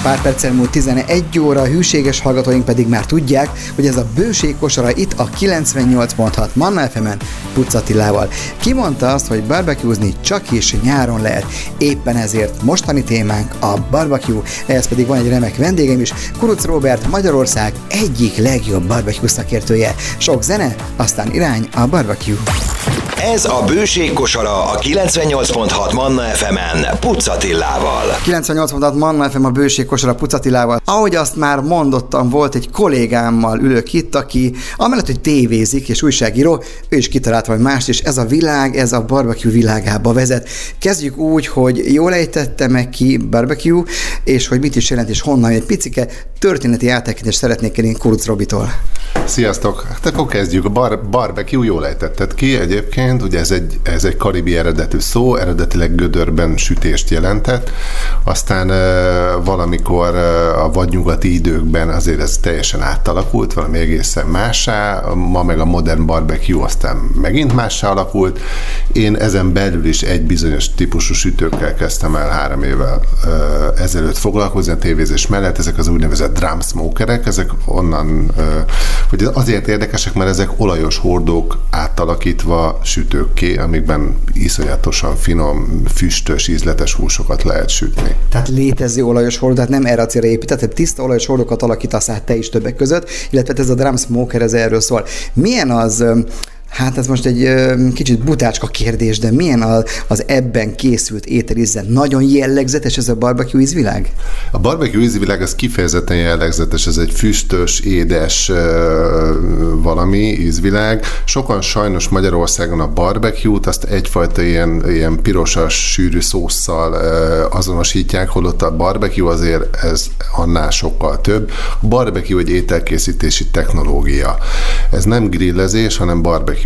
Pár perccel múlt 11 óra, a hűséges hallgatóink pedig már tudják, hogy ez a bőség kosara itt a 98.6 Manna FM-en Pucz Attilával. Ki mondta azt, hogy barbecue-zni csak is nyáron lehet. Éppen ezért mostani témánk a barbecue, ehhez pedig van egy remek vendégem is, Kurucz Róbert, Magyarország egyik legjobb barbecue szakértője. Sok zene, aztán irány a barbecue. Ez a bőség kosara a 98.6 Manna FM-en Pucz Attilával. 98.6 Manna FM a bőség kosara Pucz Attilával. Ahogy azt már mondottam, volt egy kollégámmal ülök itt, aki amellett, hogy tévézik és újságíró, ő is kitalált vagy mást, és ez a világ, ez a barbecue világába vezet. Kezdjük úgy, hogy jól ejtette meg ki barbecue, és hogy mit is jelent, és honnan egy picike történeti áttekintést szeretnék kérni Kurucz Robitól. Sziasztok! Hát akkor kezdjük. A barbecue jól ejtetted ki egyébként, ugye ez egy karibi eredetű szó, eredetileg gödörben sütést jelentett, aztán valamikor a vadnyugati időkben azért ez teljesen átalakult, valami egészen mássá, ma meg a modern barbecue aztán megint mássá alakult. Én ezen belül is egy bizonyos típusú sütőkkel kezdtem el 3 évvel ezelőtt foglalkozni a tévézés mellett, ezek az úgynevezett drum smokerek, ezek onnan hogy azért érdekesek, mert ezek olajos hordók átalakítva sütőkké, amikben iszonyatosan finom, füstös, ízletes húsokat lehet sütni. Tehát létező olajos hordó, tehát nem erre a célra épített, tehát tiszta olajos hordókat alakítasz át te is többek között, illetve ez a drum smoker, ez erről szól. Milyen az... Hát ez most egy kicsit butácska kérdés, de milyen az ebben készült ételízben? Nagyon jellegzetes ez a barbecue ízvilág? A barbecue ízvilág az kifejezetten jellegzetes, ez egy füstös, édes valami ízvilág. Sokan sajnos Magyarországon a barbecue-t azt egyfajta ilyen pirosas, sűrű szósszal azonosítják, holott a barbecue azért ez annál sokkal több. A barbecue egy ételkészítési technológia. Ez nem grillezés, hanem barbecue.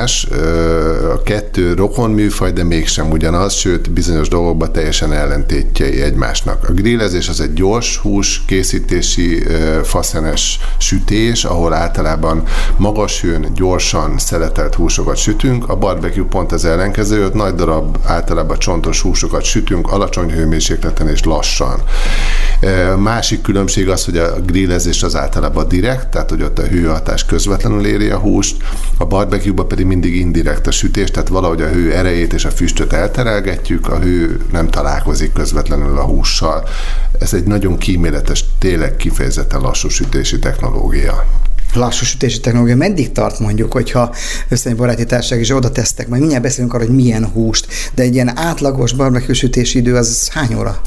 A kettő rokon műfaj, de mégsem ugyanaz, sőt bizonyos dolgokban teljesen ellentétjei egymásnak. A grillezés az egy gyors hús készítési faszenes sütés, ahol általában magas hőn, gyorsan szeletelt húsokat sütünk. A barbecue pont az ellenkező, ott nagy darab, általában csontos húsokat sütünk, alacsony hőmérsékleten és lassan. Másik különbség az, hogy a grillezés az általában direkt, tehát hogy ott a hőhatás közvetlenül éri a húst, a barbecue-ban pedig mindig indirekt a sütés, tehát valahogy a hő erejét és a füstöt elterelgetjük, a hő nem találkozik közvetlenül a hússal. Ez egy nagyon kíméletes, tényleg kifejezetten lassú sütési technológia. Lassú sütési technológia. Meddig tart mondjuk, hogyha össze egy baráti társaság is oda tesztek, majd mindjárt beszélünk arra, hogy milyen húst, de egy ilyen átlagos barbecue sütési idő az hány óra?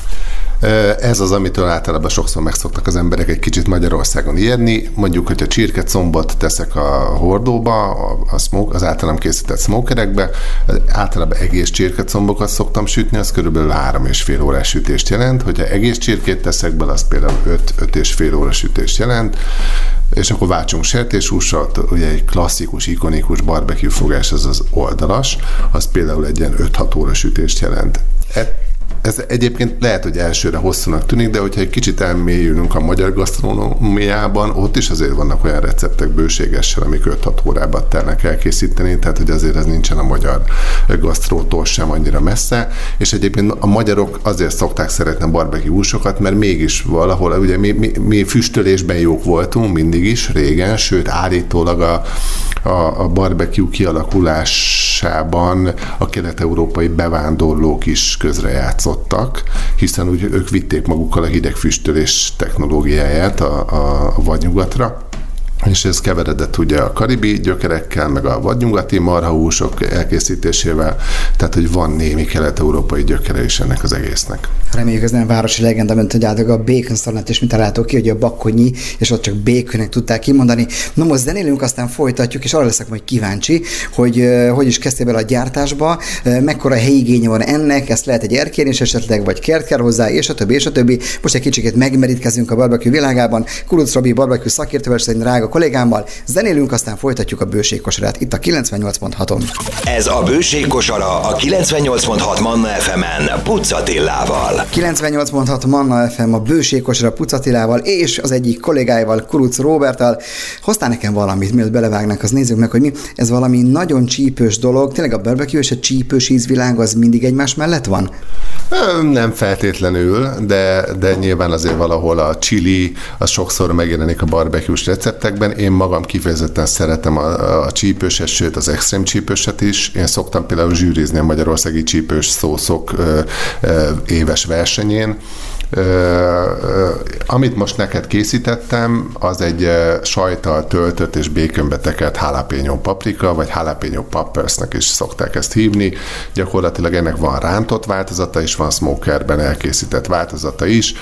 Ez az, amitől általában sokszor megszoktak az emberek egy kicsit Magyarországon ijedni. Mondjuk, hogyha csirkecombot teszek a hordóba, az általam készített smokerekbe, általában egész csirkecombokat szoktam sütni, az körülbelül 3,5 órás sütést jelent. Hogyha egész csirkét teszek bele, az például 5,5 óra sütést jelent. És akkor váltsunk sertéshússal, ugye egy klasszikus, ikonikus barbecue fogás, ez az oldalas, az például egy ilyen 5-6 óra sütést jelent. Ez egyébként lehet, hogy elsőre hosszúnak tűnik, de hogyha egy kicsit elmélyülünk a magyar gasztronómiában, ott is azért vannak olyan receptek bőségesen, amik 5-6 órában telnek elkészíteni, tehát hogy azért ez nincsen a magyar gasztrótól sem annyira messze, és egyébként a magyarok azért szokták szeretni a barbecue húsokat, mert mégis valahol, ugye mi füstölésben jók voltunk mindig is, régen, sőt állítólag a barbecue kialakulásában a kelet-európai bevándorlók is közrejátszottak, hiszen úgy ők vitték magukkal a hideg füstölés technológiáját a vadnyugatra, és ez keveredett ugye a karibi gyökerekkel, meg a vadnyugati marhahúsok elkészítésével, tehát hogy van némi kelet-európai gyökere is ennek az egésznek. Reméljük, ez nem városi legenda, mint hogy általában a bacon szalát is mit találtok ki, hogy a Bakkonyi, és ott csak baconnek tudták kimondani. Na most zenélünk, aztán folytatjuk, és arra leszek majd kíváncsi, hogy hogy is kezdtél bele a gyártásba, mekkora helyi igénye van ennek, ezt lehet egy erkén is esetleg, vagy kert kell hozzá, és a többi, és a többi. Most egy kicsit megmerítkezünk a barbecue világában. Kurucz Robi barbecue szakértővel, és egy drága kollégámmal, zenélünk, aztán folytatjuk a bőségkosarát itt a 98.6-on. Ez a bőségkosara a 98.6 Manna FM-en Pucz Attilával. 98.6 Manna FM a bőségkosara Pucz Attilával és az egyik kollégáival, Kuruc Róberttal. Hoztál nekem valamit, mielőtt belevágnak, az nézzük meg, hogy mi. Ez valami nagyon csípős dolog. Tényleg a barbecue és a csípős ízvilág az mindig egymás mellett van? Nem feltétlenül, de nyilván azért valahol a chili, az sokszor megjelenik a barbecue-s receptekben. Én magam kifejezetten szeretem a csípőset, sőt az extrém csípőset is. Én szoktam például zsűrizni a magyarországi csípős szószok éves versenyén. Amit most neked készítettem, az egy sajttal töltött és békönbe tekert jalapeno paprika, vagy jalapeno peppersnek is szokták ezt hívni. Gyakorlatilag ennek van rántott változata, és van smokerben elkészített változata is.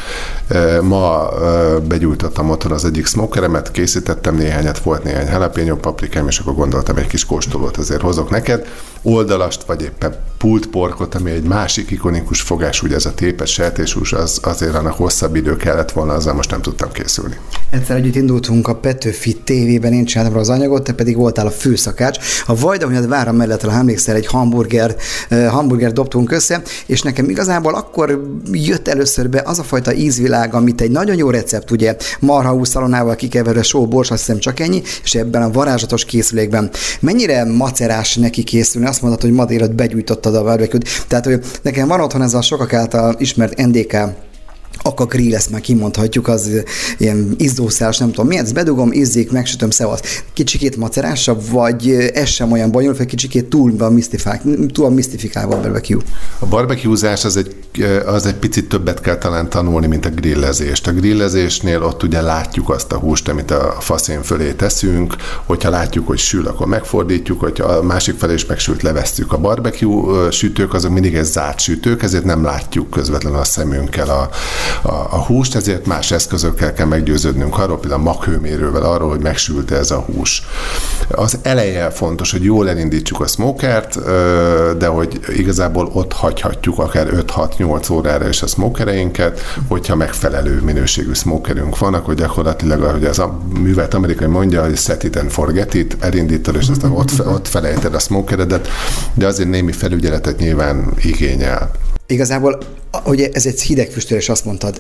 Ma begyújtottam otthon az egyik smokeremet, készítettem néhányat, volt néhány jalapeno paprikám, és akkor gondoltam, egy kis kóstolót azért hozok neked. Oldalast, vagy éppen pultporkot, ami egy másik ikonikus fogás, ugye ez a tépes sertéshús, azért annak hosszabb idő kellett volna, azzal most nem tudtam készülni. Egyszer együtt indultunk a Petőfi TV-ben, én csináltam az anyagot, te pedig voltál a főszakács. A Vajdahunyad vára mellett, ha emlékszel, egy hamburger dobtunk össze, és nekem igazából akkor jött először be az a fajta ízvilág, amit egy nagyon jó recept, ugye marhahús szalonával kikeverve, só, bors, azt hiszem csak ennyi, és ebben a varázslatos készülékben. Mennyire macerás neki készülni? Azt mondod, hogy ma délután begyújtottad a barbecue-t. Tehát, hogy nekem van otthon ez a sokak által ismert NDK Aka grill, ezt már kimondhatjuk, az ilyen izzószálas, nem tudom mi, ezt bedugom, ízzik, megsütöm, szevasz. Kicsikét macerásabb, vagy ez sem olyan bonyolult, vagy kicsikét túl misztifikálva a barbecue? A barbecuezás az egy picit többet kell talán tanulni, mint a grillezést. A grillezésnél ott ugye látjuk azt a húst, amit a faszén fölé teszünk, hogyha látjuk, hogy sül, akkor megfordítjuk, hogyha a másik felé is megsült, levesszük. A barbecue sütők azok mindig egy zárt sütők, ezért nem látjuk közvetlenül a szemünkkel a húst, ezért más eszközökkel kell meggyőződnünk arról, például maghőmérővel arról, hogy megsült ez a hús. Az eleje fontos, hogy jól elindítsuk a smokert, de hogy igazából ott hagyhatjuk akár 5-6-8 órára is a smokereinket, hogyha megfelelő minőségű smokerünk van, akkor gyakorlatilag, ahogy az a művelt amerikai mondja, hogy set it and forget it, elindítod, és aztán ott felejted a smokeredet, de azért némi felügyeletet nyilván igényel. Igazából, hogy ez egy hideg füstölés, azt mondtad.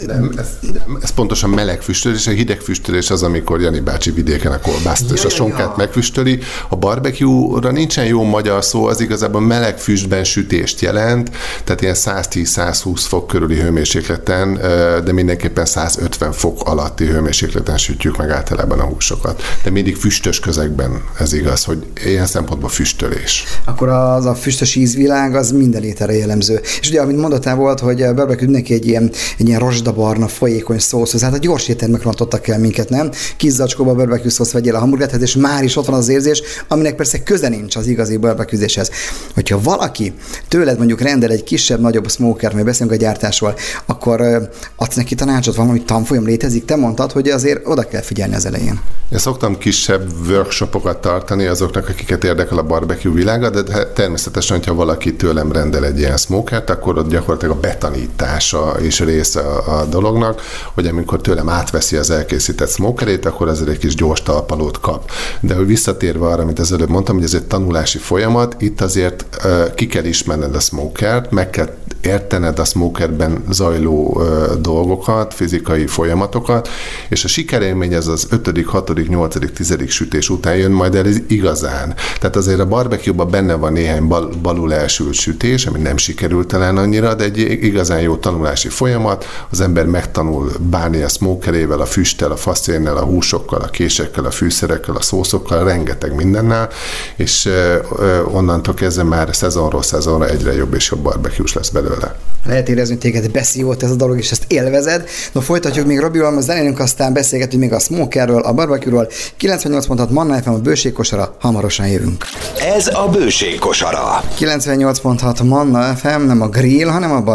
Ez pontosan meleg füstölés, a hideg füstölés az, amikor Jani bácsi vidéken a kolbászt és a sonkát megfüstöli. A barbecue-ra nincsen jó magyar szó, az igazából meleg füstben sütést jelent, tehát ilyen 110-120 fok körüli hőmérsékleten, de mindenképpen 150 fok alatti hőmérsékleten sütjük meg általában a húsokat. De mindig füstös közegben ez igaz, hogy ilyen szempontból füstölés. Akkor az a füstös ízvilág az minden ételre jellemző. És ugye, amit mondottál volt, hogy a barbecue neki egy ilyen rozsdabarna, folyékony szószhoz. Hát a gyors éttermek rontottak el minket, nem? Kis zacskóba barbecue szósz vegyél a hamburgerhez, és már is ott van az érzés, aminek persze köze nincs az igazi barbecue-zéshez. Hogyha valaki tőled mondjuk rendel egy kisebb, nagyobb smokert, mert beszélünk a gyártásról, akkor adsz neki tanácsot, valami tanfolyam létezik? Te mondtad, hogy azért oda kell figyelni az elején. Én szoktam kisebb workshopokat tartani azoknak, akiket érdekel a barbecue világa, de természetesen, hogyha valaki tőlem rendel egy ilyen smokert, akkor ott gyakorlatilag a betanítása is része a dolognak, hogy amikor tőlem átveszi az elkészített smokerét, akkor azért egy kis gyors talpalót kap. De hogy visszatérve arra, amit az előbb mondtam, hogy ez egy tanulási folyamat, itt azért ki kell ismerned a smokert, meg kell értened a smokerben zajló dolgokat, fizikai folyamatokat, és a sikerélmény ez az 5., 6., 8., 10. sütés után jön majd el igazán. Tehát azért a barbecue-ban benne van néhány balul elsült sütés, ami nem sikerült talán annyira, de egy igazán jó tanulási folyamat, az ember megtanul bánni a smokerével, a füsttel, a faszénnel, a húsokkal, a késekkel, a fűszerekkel, a szószokkal, rengeteg mindennel, és onnantól kezdve már szezonról szezonra egyre jobb és jobb barbecue-s lesz belőle. Lehet érezni, hogy téged beszívott ez a dolog, és ezt élvezed. No, folytatjuk még Robival, most zenélünk, aztán beszélgetünk még a smokerről, a barbecue-ról. 98.6 Manna FM, a bőségkosara, hamarosan jövünk. Ez a bőségkosara. 98.6 Manna FM, nem a grill, hanem a barbecue a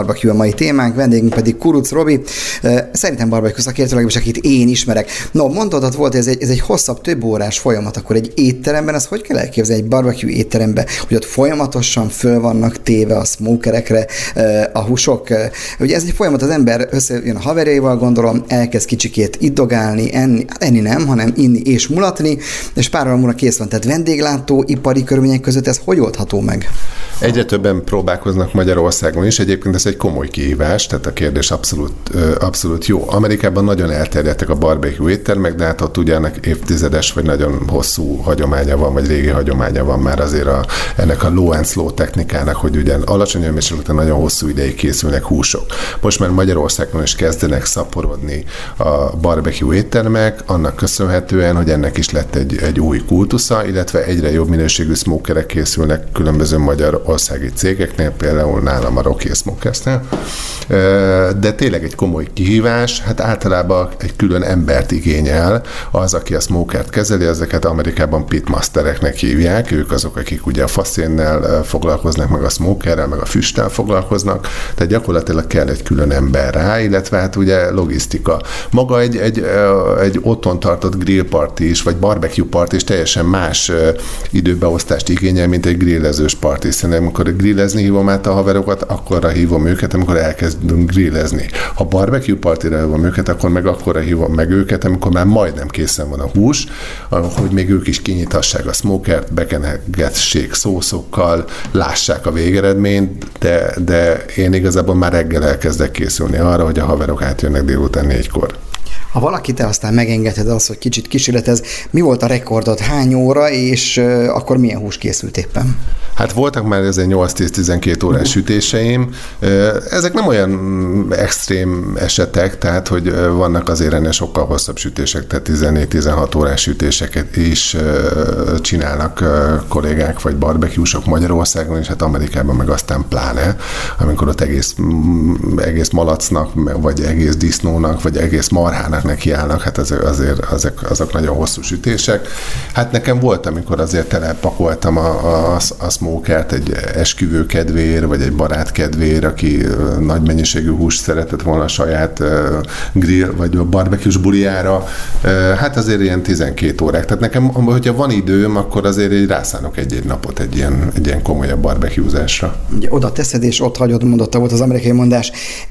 mai témánk, vendégünk pedig Kuruc Robi, szerintem barbecue szakértő, legalábbis akit én ismerek. No, mondhatod volt, ez egy hosszabb, több órás folyamat, akkor egy étteremben, ezt hogy kell elképzelni, egy barbecue étteremben, hogy ott folyamatosan föl vannak téve a smokerekre a húsok. Ugye ez egy folyamat, az ember összejön a haverjaival, gondolom, elkezd kicsikét iddogálni, enni nem, hanem inni és mulatni, és pár óra múlva kész van. Tehát vendéglátó, ipari körülmények között ez hogy oldható meg? Egyre többen próbálkoznak Magyarországon is, egyébként ez egy komoly kihívás, tehát a kérdés abszolút jó. Amerikában nagyon elterjedtek a barbecue éttermek, de hát ott ugyanek évtizedes vagy nagyon hosszú hagyománya van, vagy régi hagyománya van már azért ennek a low and slow technikának, hogy ugyan alacsony hőmérsékleten nagyon hosszú ideig készülnek húsok. Most már Magyarországon is kezdenek szaporodni a barbecue éttermek, annak köszönhetően, hogy ennek is lett egy új kultusza, illetve egyre jobb minőségű smokerek készülnek különböző magyarországi cégeknél, például nálam a Rocky Smokersnél. De tényleg egy komoly kihívás, hát általában egy külön embert igényel az, aki a smokert kezeli, ezeket Amerikában pitmastereknek hívják, ők azok, akik ugye a faszénnel foglalkoznak, meg a smokerrel, meg a füsttel foglalkoznak, tehát gyakorlatilag kell egy külön ember rá, illetve hát ugye logisztika. Maga egy otthon tartott grillparty is, vagy barbecue party is teljesen más időbeosztást igényel, mint egy grillezős party. Szerintem amikor grillezni hívom át a haverokat, akkorra hívom őket, amikor elkezdünk grillezni. Ha barbecue partyra hívom őket, akkor meg akkorra hívom meg őket, amikor már majdnem készen van a hús, hogy még ők is kinyithassák a smokert, bekenegessék szószokkal, lássák a végeredményt, de én igazából már reggel elkezdek készülni arra, hogy a haverok átjönnek délután 4-kor. Ha valaki te aztán megengedheted azt, hogy kicsit kísérletez, mi volt a rekordod, hány óra, és akkor milyen hús készült éppen? Hát voltak már ezért 8-10-12 órás sütéseim. Ezek nem olyan extrém esetek, tehát hogy vannak azért ennél sokkal hosszabb sütések, tehát 14-16 órás sütéseket is csinálnak kollégák vagy barbecue-sok Magyarországon, és hát Amerikában meg aztán pláne, amikor ott egész malacnak, vagy egész disznónak, vagy egész marhának nekiállnak, hát azok nagyon hosszú sütések. Hát nekem volt, amikor azért telepakoltam a smokert egy esküvő kedvéért, vagy egy barát kedvéért, aki nagy mennyiségű húst szeretett volna a saját grill, vagy a barbecue-s bulijára. Hát azért ilyen 12 órák. Tehát nekem, hogyha van időm, akkor azért rászánok egy napot egy ilyen komolyabb barbecue-zásra. Ugye oda teszed, és ott hagyod, mondotta volt az amerikai mondás.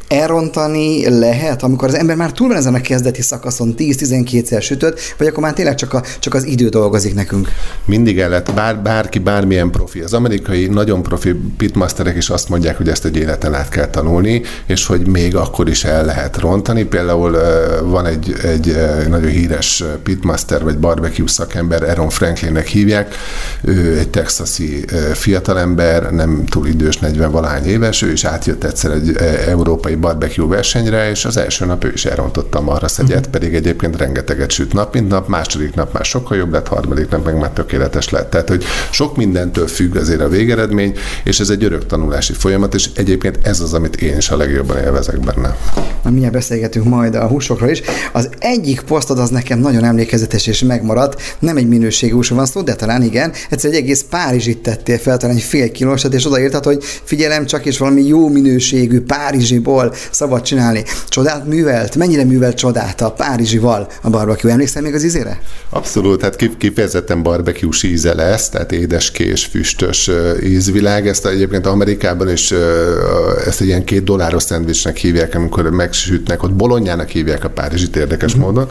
Elrontani lehet, amikor az ember már túl van ezen a kezdeti szakaszon, 10-12-szer sütött, vagy akkor már tényleg csak az idő dolgozik nekünk? Mindig el lehet, bárki bármilyen profi. Az amerikai nagyon profi pitmasterek is azt mondják, hogy ezt egy életen át kell tanulni, és hogy még akkor is el lehet rontani. Például van egy nagyon híres pitmaster, vagy barbecue szakember, Aaron Franklinnek hívják. Ő egy texasi fiatalember, nem túl idős, 40-valahány éves, ő is átjött egyszer egy európai barbecue versenyre, és az első nap ő is elrontotta a marhaszegyet, pedig egyébként rengeteget süt nap, mint nap, második nap már sokkal jobb lett, harmadik nap meg már tökéletes lett. Tehát, hogy sok mindentől függ azért a végeredmény, és ez egy örök tanulási folyamat, és egyébként ez az, amit én is a legjobban élvezek benne. Na, mindjárt beszélgetünk majd a húsokról is. Az egyik posztod az nekem nagyon emlékezetes és megmaradt, nem egy minőségű húsról van szó, de talán igen, egyszer egy egész Párizsit tettél fel, talán egy fél kilósat, és odaírtad, hogy figyelem csak, és valami jó minőségű párizsiból szabad csinálni. Csodát művelt? Mennyire művelt csodát a párizsival a barbecue? Emlékszel még az ízére? Abszolút, hát kifejezetten barbecue-s íze lesz, tehát édeskés, füstös ízvilág. Ezt egyébként Amerikában is ezt egy ilyen $2 szendvicsnek hívják, amikor megsütnek, ott bolonyának hívják a párizsit érdekes módon,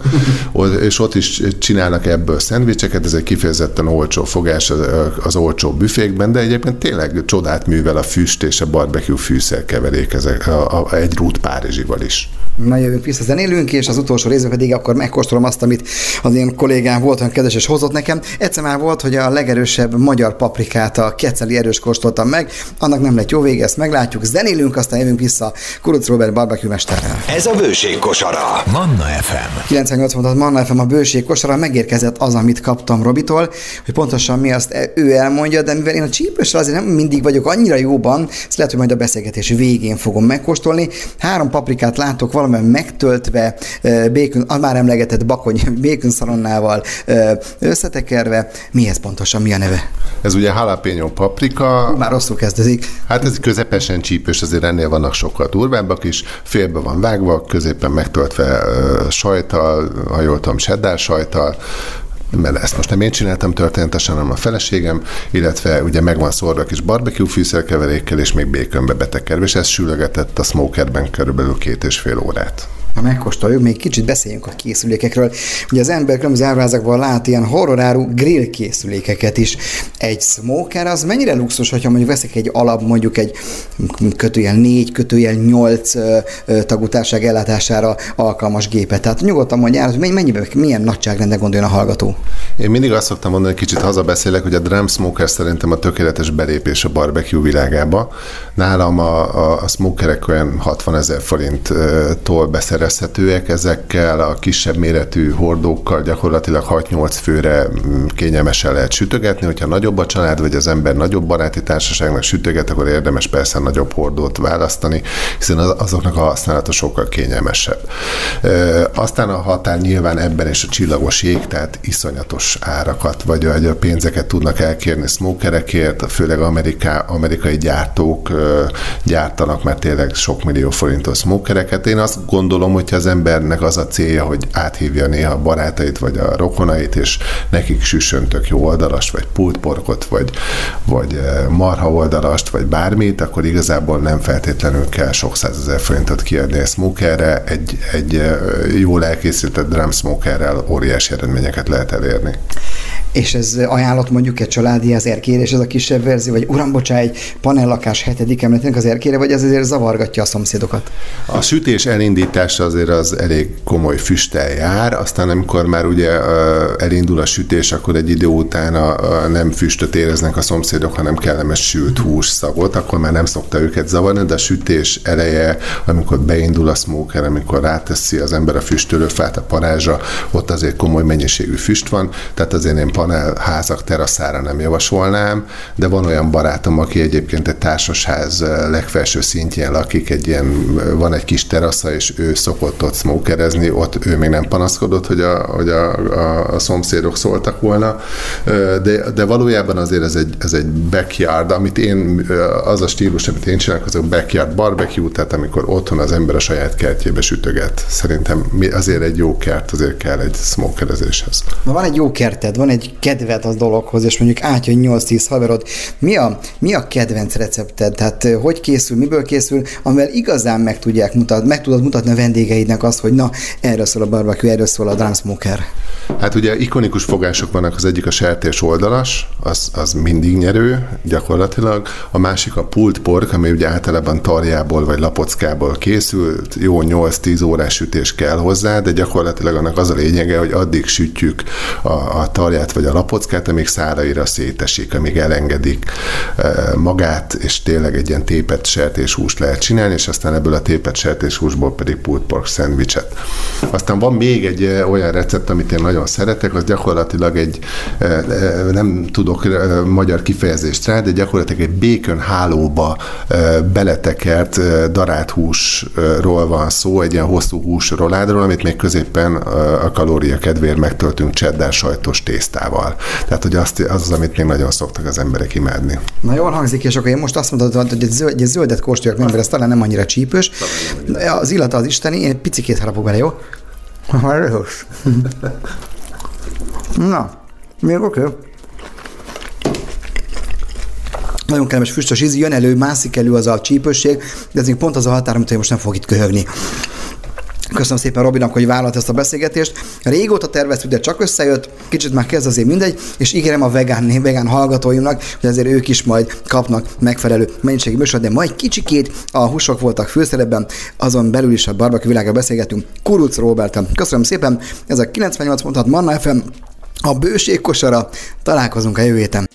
és ott is csinálnak ebből szendvicseket, ez egy kifejezetten olcsó fogás az olcsó büfékben, de egyébként tényleg csodát művel a füst és a barbecue fűszerkeverék egy rút párizsival is. Na, jövünk vissza, zenélünk, és az utolsó részben pedig akkor megkóstolom azt, amit az én kollégám volt olyan kedves és hozott nekem. Egyszer már volt, hogy a legerősebb magyar paprikát, a keceli erős kóstoltam meg, annak nem lett jó vége, ezt meglátjuk. Zenélünk, aztán jövünk vissza Kuruc Robert barbecue mesterrel. Ez a Bőség kosara. Manna FM. 98.6 Manna FM, a Bőség kosara. Megérkezett az, amit kaptam Robitól, hogy pontosan mi azt ő elmondja, de mivel én a csípősre azért nem mindig vagyok annyira jóban, ezt lehet, hogy majd a beszélgetés végén fogom megkóstolni. 3 paprikát látok valamivel megtöltve, bacon, az már emlegetett bakony bacon szalonnával összetekerve. Mi ez pontosan, mi a neve? Ez ugye jalapeno paprika. Már rosszul kezdődik. Hát ez közepesen csípős, azért ennél vannak sokkal durvábbak is. Félbe van vágva, középen megtöltve sajttal, ha jól tudom, cheddar sajttal, mert ezt most nem én csináltam történetesen, hanem a feleségem, illetve ugye meg van szórva kis barbecue fűszerkeverékkel, és még békönbe betekerve, és ez sülögetett a smokerben körülbelül 2,5 órát. Ha megkóstoljuk, még kicsit beszéljünk a készülékekről. Ugye az ember különböző ábrázakban lát ilyen horroráru grill készülékeket is. Egy smoker az mennyire luxus, hogyha mondjuk veszek egy alap, mondjuk egy kötőjel 4, kötőjel 8 tagú társaság ellátására alkalmas gépet. Tehát nyugodtan mondjál, hogy mennyiben, milyen nagyságrendben gondoljon a hallgató. Én mindig azt szoktam mondani, hogy kicsit hazabeszélek, hogy a drum smoker szerintem a tökéletes belépés a barbecue világába. Nálam a smokerek olyan 60 000 forinttól beszerezhetőek, ezekkel a kisebb méretű hordókkal gyakorlatilag 6-8 főre kényelmesen lehet sütögetni, hogyha nagyobb a család, vagy az ember nagyobb baráti társaságnak sütöget, akkor érdemes persze nagyobb hordót választani, hiszen azoknak a használata sokkal kényelmesebb. Aztán a határ nyilván ebben is a csillagos jég, tehát iszonyatos árakat, vagy a pénzeket tudnak elkérni smokerekért, főleg amerikai gyártók gyártanak már tényleg sok millió forintos smokereket. Én azt gondolom, hogyha az embernek az a célja, hogy áthívja néha a barátait, vagy a rokonait, és nekik süssön tök jó oldalast, vagy pultporkot, vagy marha oldalast, vagy bármit, akkor igazából nem feltétlenül kell sok 100 000 forintot kiadni a smokerre, egy jól elkészített drum smokerrel óriási eredményeket lehet elérni. És ez ajánlott mondjuk egy családi az erkére, és ez a kisebb verzió, vagy uram, bocsánat, egy panellakás 7. emeletének az erkére, vagy ez azért zavargatja a szomszédokat? A sütés elindítása azért az elég komoly füsttel jár, aztán amikor már ugye elindul a sütés, akkor egy idő után nem füstöt éreznek a szomszédok, hanem kellemes sült hús szagot, akkor már nem szokta őket zavarni, de a sütés eleje, amikor beindul a smoker, amikor ráteszi az ember a füstölőfát a parázsra, ott azért komoly mennyiségű füst van, tehát azért én panelházak teraszára nem javasolnám, de van olyan barátom, aki egyébként egy társasház legfelső szintjén lakik, van egy kis terasza, és ő szokott ott smokerezni, ott ő még nem panaszkodott, hogy a szomszédok szóltak volna, de valójában azért ez egy backyard, az a stílus, amit én csinálok, az a backyard barbecue, tehát amikor otthon az ember a saját kertjébe sütöget. Szerintem azért egy jó kert, azért kell egy smokerezéshez. Van egy jó kerted, van egy kedved az dologhoz, és mondjuk átjön 8-10 haverod. Mi a kedvenc recepted? Tehát hogy készül, miből készül, amivel igazán meg tudod mutatni a vendégeidnek azt, hogy na, erről szól a barbecue, erről szól a drum smoker. Hát ugye ikonikus fogások vannak, az egyik a sertés oldalas, az mindig nyerő gyakorlatilag, a másik a pulled pork, ami ugye általában tarjából vagy lapockából készült, jó 8-10 órás sütés kell hozzá, de gyakorlatilag annak az a lényege, hogy addig sütjük a tarját vagy a lapockát, amíg száraira szétesik, amíg elengedik magát, és tényleg egy ilyen tépett sertéshúst lehet csinálni, és aztán ebből a tépett sertéshúsból pedig pulled pork szendvicset. Aztán van még egy olyan recept, amit én nagyon szeretek, az gyakorlatilag nem tudok magyar kifejezést rá, de gyakorlatilag egy bacon hálóba beletekert darált húsról van szó, egy ilyen hosszú húsroládról, amit még középen a kalória kedvéért megtöltünk cheddar sajtos tésztával. Tehát, hogy az, amit még nagyon szoktak az emberek imádni. Na jól hangzik, és akkor én most azt mondod, hogy egy zöldet kóstoljak meg, mert ez talán nem annyira csípős. Az illata az isteni, én picikét harapok bele, jó? Na, még oké. Nagyon kellemes füstös íz, jön elő, mászik elő az a csípősség, de ez még pont az a határ, amit én most nem fogok itt köhögni. Köszönöm szépen Robinak, hogy vállalt ezt a beszélgetést. Régóta terveztük, de csak összejött, kicsit már kezd azért mindegy, és ígérem a vegán hallgatóimnak, hogy azért ők is majd kapnak megfelelő mennyiségű műsort, de majd kicsikét a húsok voltak főszerepben, azon belül is a barbecue világgal beszélgetünk Kuruc Róberttel. Köszönöm szépen, ez a 98.6 Manna FM, a bőség kosara, találkozunk a jövő héten.